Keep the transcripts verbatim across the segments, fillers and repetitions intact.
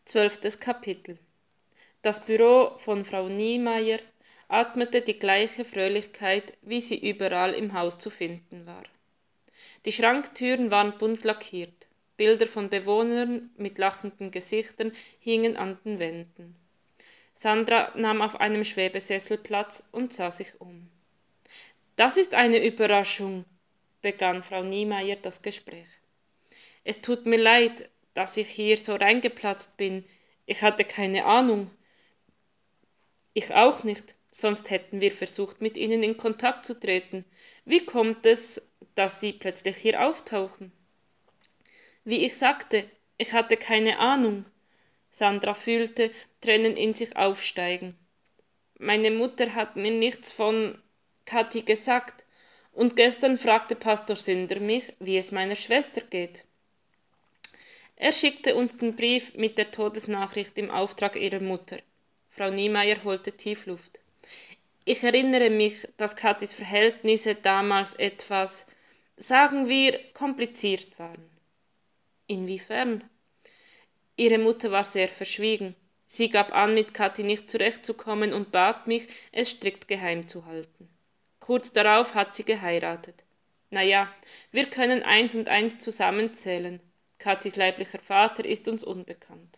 Zwölftes Kapitel. Das Büro von Frau Niemeyer atmete die gleiche Fröhlichkeit, wie sie überall im Haus zu finden war. Die Schranktüren waren bunt lackiert, Bilder von Bewohnern mit lachenden Gesichtern hingen an den Wänden. Sandra nahm auf einem Schwebesessel Platz und sah sich um. »Das ist eine Überraschung«, begann Frau Niemeyer das Gespräch. »Es tut mir leid, dass ich hier so reingeplatzt bin. Ich hatte keine Ahnung.« »Ich auch nicht, sonst hätten wir versucht, mit Ihnen in Kontakt zu treten. Wie kommt es, dass Sie plötzlich hier auftauchen?« »Wie ich sagte, ich hatte keine Ahnung.« Sandra fühlte Tränen in sich aufsteigen. »Meine Mutter hat mir nichts von Kathi gesagt, und gestern fragte Pastor Sünder mich, wie es meiner Schwester geht. Er schickte uns den Brief mit der Todesnachricht im Auftrag ihrer Mutter.« Frau Niemeyer holte tief Luft. »Ich erinnere mich, dass Kathis Verhältnisse damals etwas, sagen wir, kompliziert waren.« »Inwiefern?« »Ihre Mutter war sehr verschwiegen. Sie gab an, mit Kathi nicht zurechtzukommen und bat mich, es strikt geheim zu halten. Kurz darauf hat sie geheiratet. Na ja, wir können eins und eins zusammenzählen. Kathis leiblicher Vater ist uns unbekannt.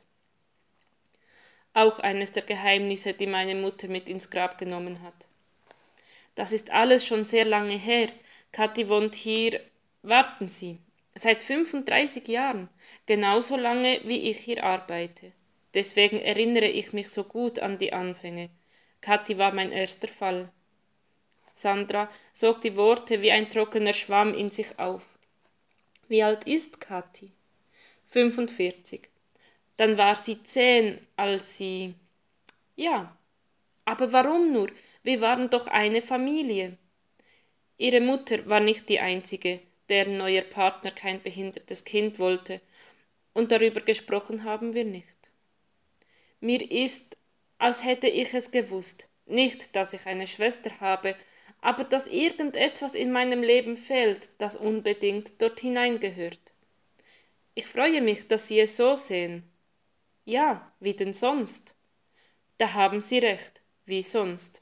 Auch eines der Geheimnisse, die meine Mutter mit ins Grab genommen hat. Das ist alles schon sehr lange her. Kathi wohnt hier, warten Sie, seit fünfunddreißig Jahren, genauso lange, wie ich hier arbeite. Deswegen erinnere ich mich so gut an die Anfänge. Kathi war mein erster Fall.« Sandra sog die Worte wie ein trockener Schwamm in sich auf. »Wie alt ist Kathi?« »fünfundvierzig. Dann war sie zehn, als sie...« »Ja, aber warum nur? Wir waren doch eine Familie.« »Ihre Mutter war nicht die einzige, deren neuer Partner kein behindertes Kind wollte, und darüber gesprochen haben wir nicht. Mir ist, als hätte ich es gewusst, nicht, dass ich eine Schwester habe, aber dass irgendetwas in meinem Leben fehlt, das unbedingt dort hineingehört. Ich freue mich, dass Sie es so sehen.« »Ja, wie denn sonst?« »Da haben Sie recht, wie sonst.«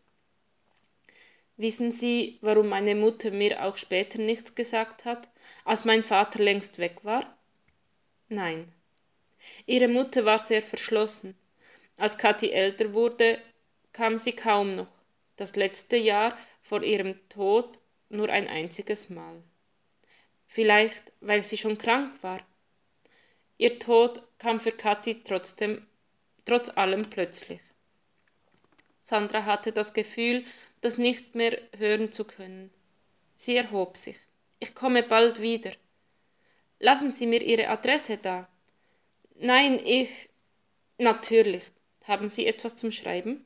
»Wissen Sie, warum meine Mutter mir auch später nichts gesagt hat, als mein Vater längst weg war?« »Nein.« »Ihre Mutter war sehr verschlossen. Als Kathi älter wurde, kam sie kaum noch, das letzte Jahr vor ihrem Tod nur ein einziges Mal. Vielleicht, weil sie schon krank war. Ihr Tod kam für Kathi trotzdem, trotz allem plötzlich.« Sandra hatte das Gefühl, das nicht mehr hören zu können. Sie erhob sich. »Ich komme bald wieder. Lassen Sie mir Ihre Adresse da.« »Nein, ich...« »Natürlich. Haben Sie etwas zum Schreiben?«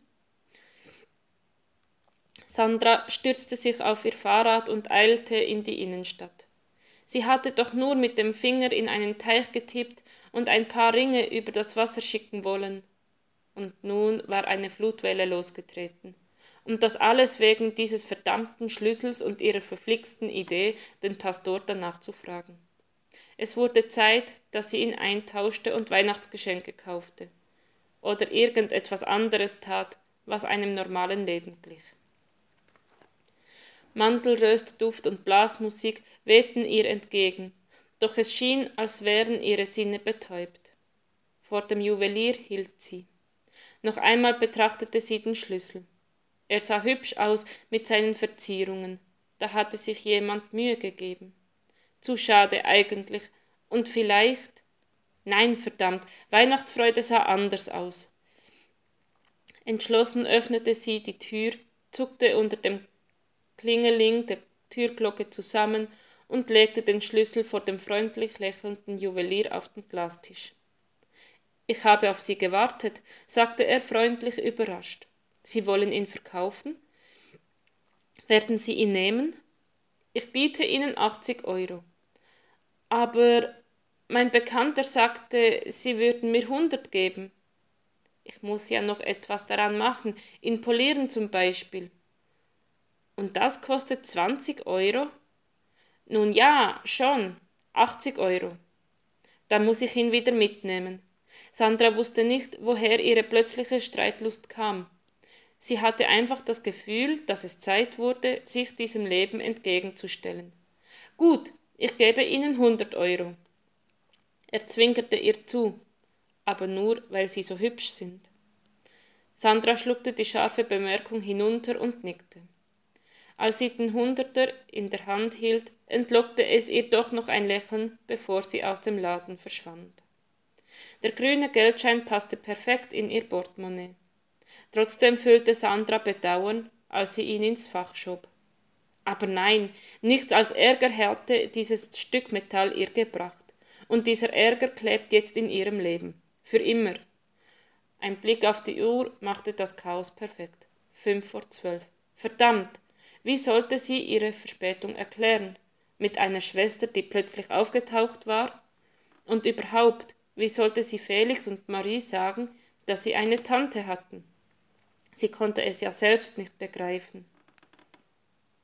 Sandra stürzte sich auf ihr Fahrrad und eilte in die Innenstadt. Sie hatte doch nur mit dem Finger in einen Teich getippt und ein paar Ringe über das Wasser schicken wollen. Und nun war eine Flutwelle losgetreten. Und das alles wegen dieses verdammten Schlüssels und ihrer verflixten Idee, den Pastor danach zu fragen. Es wurde Zeit, dass sie ihn eintauschte und Weihnachtsgeschenke kaufte. Oder irgendetwas anderes tat, was einem normalen Leben glich. Mandelröstduft und Blasmusik wehten ihr entgegen, doch es schien, als wären ihre Sinne betäubt. Vor dem Juwelier hielt sie. Noch einmal betrachtete sie den Schlüssel. Er sah hübsch aus mit seinen Verzierungen. Da hatte sich jemand Mühe gegeben. Zu schade eigentlich. Und vielleicht... Nein, verdammt, Weihnachtsfreude sah anders aus. Entschlossen öffnete sie die Tür, zuckte unter dem Klingeling der Türglocke zusammen und legte den Schlüssel vor dem freundlich lächelnden Juwelier auf den Glastisch. »Ich habe auf Sie gewartet«, sagte er freundlich überrascht. »Sie wollen ihn verkaufen? Werden Sie ihn nehmen? Ich biete Ihnen achtzig Euro. Aber mein Bekannter sagte, Sie würden mir hundert geben. Ich muss ja noch etwas daran machen, ihn polieren zum Beispiel. Und das kostet zwanzig Euro? Nun ja, schon, achtzig Euro. Dann muss ich ihn wieder mitnehmen. Sandra wusste nicht, woher ihre plötzliche Streitlust kam. Sie hatte einfach das Gefühl, dass es Zeit wurde, sich diesem Leben entgegenzustellen. Gut, ich gebe Ihnen hundert Euro. Er zwinkerte ihr zu, aber nur, weil sie so hübsch sind. Sandra schluckte die scharfe Bemerkung hinunter und nickte. Als sie den Hunderter in der Hand hielt, entlockte es ihr doch noch ein Lächeln, bevor sie aus dem Laden verschwand. Der grüne Geldschein passte perfekt in ihr Portemonnaie. Trotzdem fühlte Sandra Bedauern, als sie ihn ins Fach schob. Aber nein, nichts als Ärger hätte dieses Stück Metall ihr gebracht. Und dieser Ärger klebt jetzt in ihrem Leben. Für immer. Ein Blick auf die Uhr machte das Chaos perfekt. Fünf vor zwölf. Verdammt! Wie sollte sie ihre Verspätung erklären? Mit einer Schwester, die plötzlich aufgetaucht war? Und überhaupt, wie sollte sie Felix und Marie sagen, dass sie eine Tante hatten? Sie konnte es ja selbst nicht begreifen.